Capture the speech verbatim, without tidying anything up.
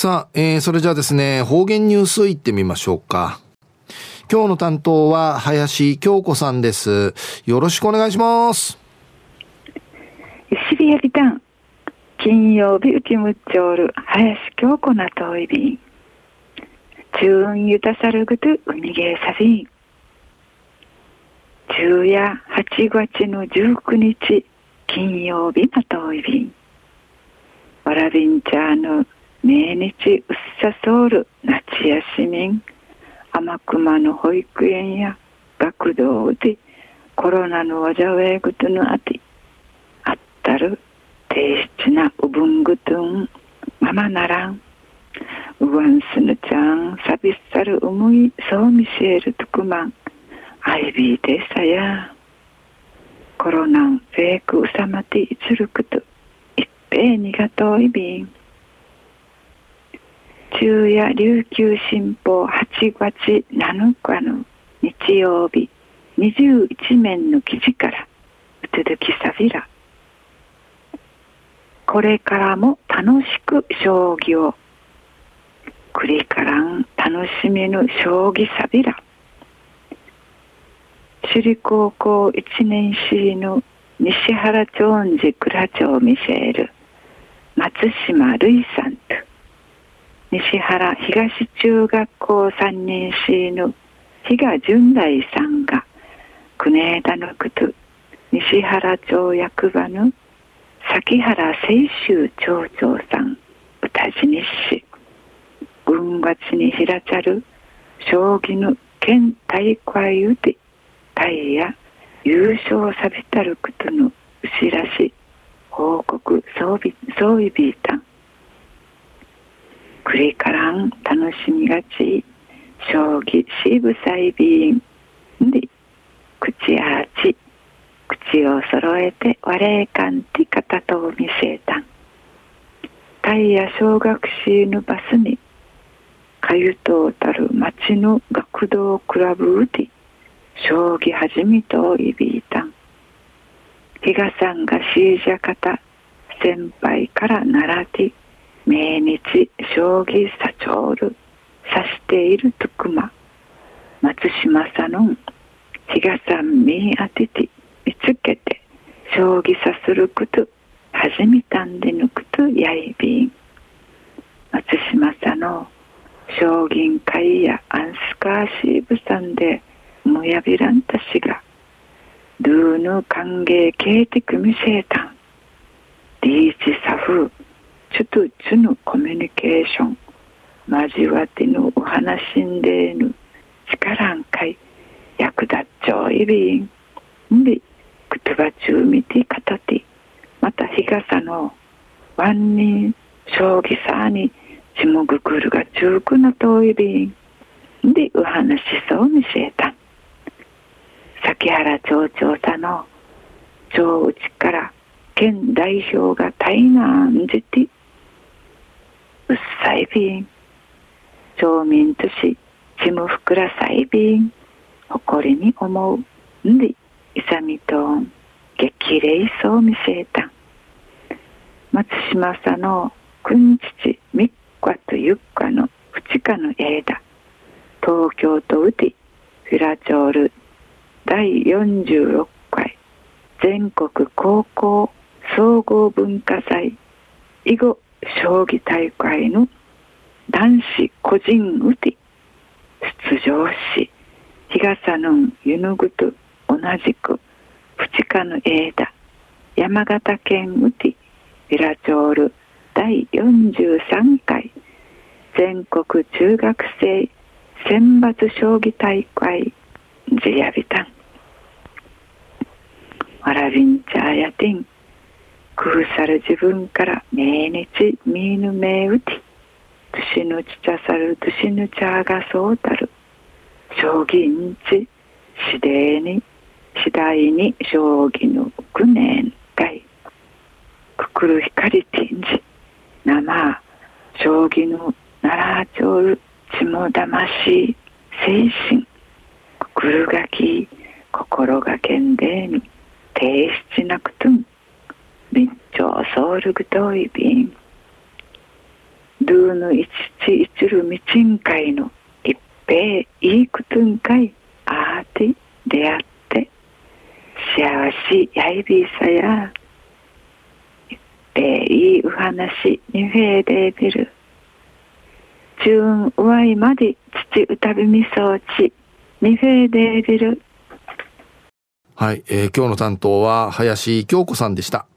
さあ、えー、それじゃあですね、方言ニュースいってみましょうか。今日の担当は林京子さんです。よろしくお願いします。 しりやりたん金曜日うちむっちょる林京子なといびん中運ゆたさるぐとうみげさびん昼夜はちがつのじゅうくにち金曜日なといびんわらびんちゃの命日うっさそうる夏休みん天熊の保育園や学童でコロナのわじゃわぐとのあてあったる低質なうぶんぐとんままならんうわんすぬちゃんさびっさるうむいそうみせるとくまんあいびいでさやコロナンフェイクうさまていつるくといっぺいにがといびん昼夜琉球新報はちがつなのかの日曜日にじゅういちめんの記事からうつづきさびらこれからも楽しく将棋をくりからん楽しめぬ将棋さびら首里高校いちねんしの西原長治倉長ミシェール松島るいさんと西原東中学校さんねんしの比嘉純大さんが国枝のくと西原町役場の崎原清舟町長さん歌じにし軍月にひらちゃる将棋の県大会うてタイや優勝さびたるくとのうしらし報告そうびそういびいたんくりからん楽しみがち将棋しぶさいびんで口あち口を揃えてわれいかんてかたと見せたんタイや小学生のバスにかゆとうたる町の学童クラブうて将棋はじみといびいたん比嘉さんがしいじゃかた先輩から習って命日将棋さちょうるさしているとくま松島さの比嘉さんみあてて見つけて将棋さすることはじみたんでぬくとやいびん松島さの将棋会やアンスカーシーブさんでむやびらんたしがドゥーヌ歓迎ケーティクミセータンディーチサフチュトゥチュのコミュニケーション交わってのお話んでぬ力んかい役立っちょいびんでくとばちゅうみてかたてまた日傘のワンニン将棋さにちもぐくるがちゅうくなといびんでお話そうみせえた崎原町長さの町内から県代表がたいなんじてうっさいびん町民としちむふくらさいびん誇りに思うんでいさみとん激励そう見せえた松島さんのくんちちみっかとゆっかのふちかの枝東京都うてフィラチョールだいよんじゅうろっかい全国高校総合文化祭囲碁将棋大会の男子個人うて出場し日傘のゆぬぐと同じくふちかの枝山形県うてフィラチョールだいよんじゅうさんかい全国中学生選抜将棋大会ジやびたんわらびんちゃやてん工夫さる自分から命日みぬめうてとしぬちちゃさるとしぬちゃがそうたる将棋んち次第に次第に将棋のくねんかいくくる光てんじ生将棋のならちょるちもだましい精神くくるがき心がけんでに提出なくとん密長ソウルグトイビンドルーヌ一地一ルミチン会の一平いいくとんかいあーて出会って幸しやいびさや一平いいう話にへいでびるじゅんうわいまで父うたびみそうちにへいでびる。 はい、えー、今日の担当は林京子さんでした。